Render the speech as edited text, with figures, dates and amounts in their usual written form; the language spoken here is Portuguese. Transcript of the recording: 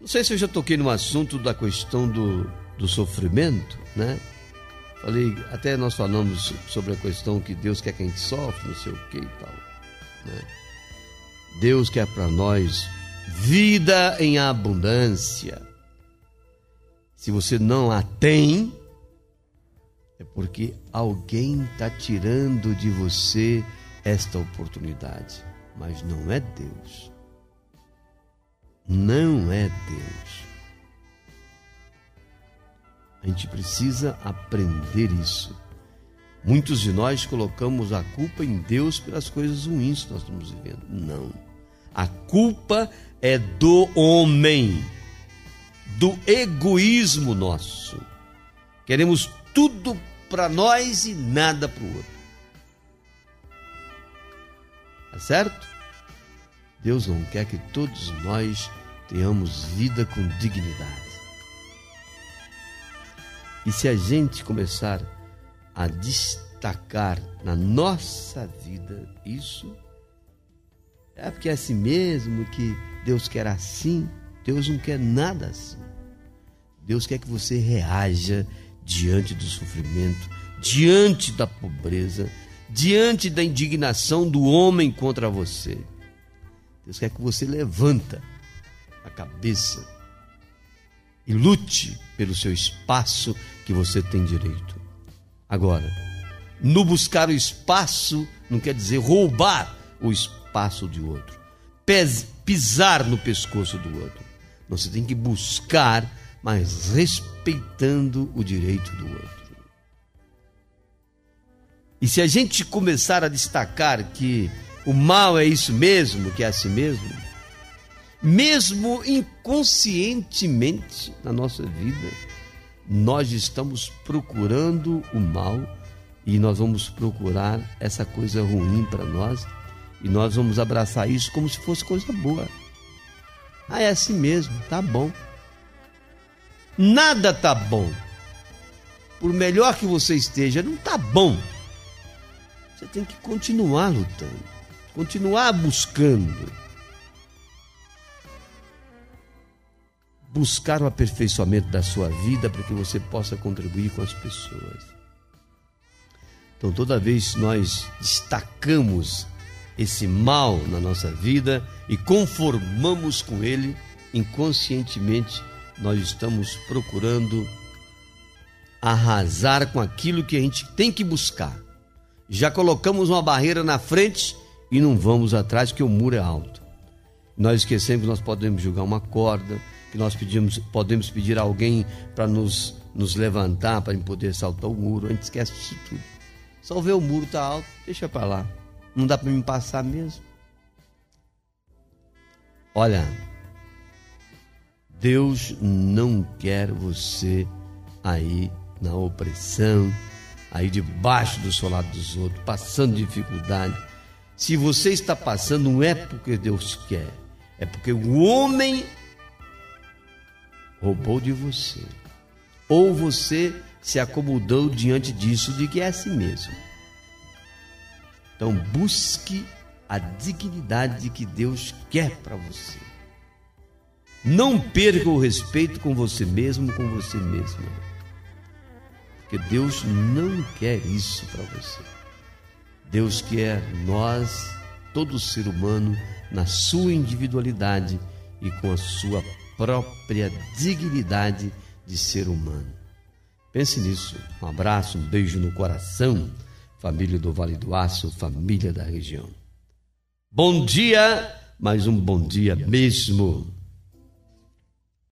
Não sei se eu já toquei no assunto da questão do sofrimento, né? Falei, até nós falamos sobre a questão que Deus quer que a gente sofre, não sei o que e tal, né? Deus quer para nós vida em abundância. Se você não a tem, é porque alguém está tirando de você esta oportunidade. Mas não é Deus. Não é Deus. A gente precisa aprender isso. Muitos de nós colocamos a culpa em Deus pelas coisas ruins que nós estamos vivendo. Não. A culpa é do homem, do egoísmo nosso. Queremos tudo para nós e nada para o outro. Tá certo? Deus não quer que todos nós tenhamos vida com dignidade. E se a gente começar a destacar na nossa vida isso, é porque é assim mesmo que Deus quer assim. Deus não quer nada assim. Deus quer que você reaja diante do sofrimento, diante da pobreza, diante da indignação do homem contra você. Deus quer que você levanta a cabeça e lute pelo seu espaço que você tem direito. Agora, no buscar o espaço não quer dizer roubar o espaço de outro, pisar no pescoço do outro. Você tem que buscar, mas respeitando o direito do outro. E se a gente começar a destacar que o mal é isso mesmo, que é assim mesmo, mesmo inconscientemente na nossa vida, nós estamos procurando o mal e nós vamos procurar essa coisa ruim para nós e nós vamos abraçar isso como se fosse coisa boa. Ah, é assim mesmo, tá bom. Nada tá bom. Por melhor que você esteja, não tá bom. Você tem que continuar lutando, continuar buscando. Buscar o aperfeiçoamento da sua vida para que você possa contribuir com as pessoas. Então, toda vez que nós destacamos esse mal na nossa vida e conformamos com ele, inconscientemente nós estamos procurando arrasar com aquilo que a gente tem que buscar. Já colocamos uma barreira na frente e não vamos atrás porque o muro é alto. Nós esquecemos que nós podemos jogar uma corda, que nós podemos pedir a alguém para nos levantar, para poder saltar o muro. A gente esquece disso tudo. Só ver o muro está alto, deixa para lá. Não dá para me passar mesmo. Olha, Deus não quer você aí na opressão, aí debaixo do solado dos outros, passando dificuldade. Se você está passando, não é porque Deus quer, é porque o homem roubou de você, ou você se acomodou diante disso, de que é assim mesmo. Então busque a dignidade que Deus quer para você. Não perca o respeito com você mesmo, com você mesma, porque Deus não quer isso para você. Deus quer nós, todo ser humano, na sua individualidade e com a sua própria dignidade de ser humano. Pense nisso. Um abraço, um beijo no coração, família do Vale do Aço, família da região. Bom dia, mas um bom dia mesmo.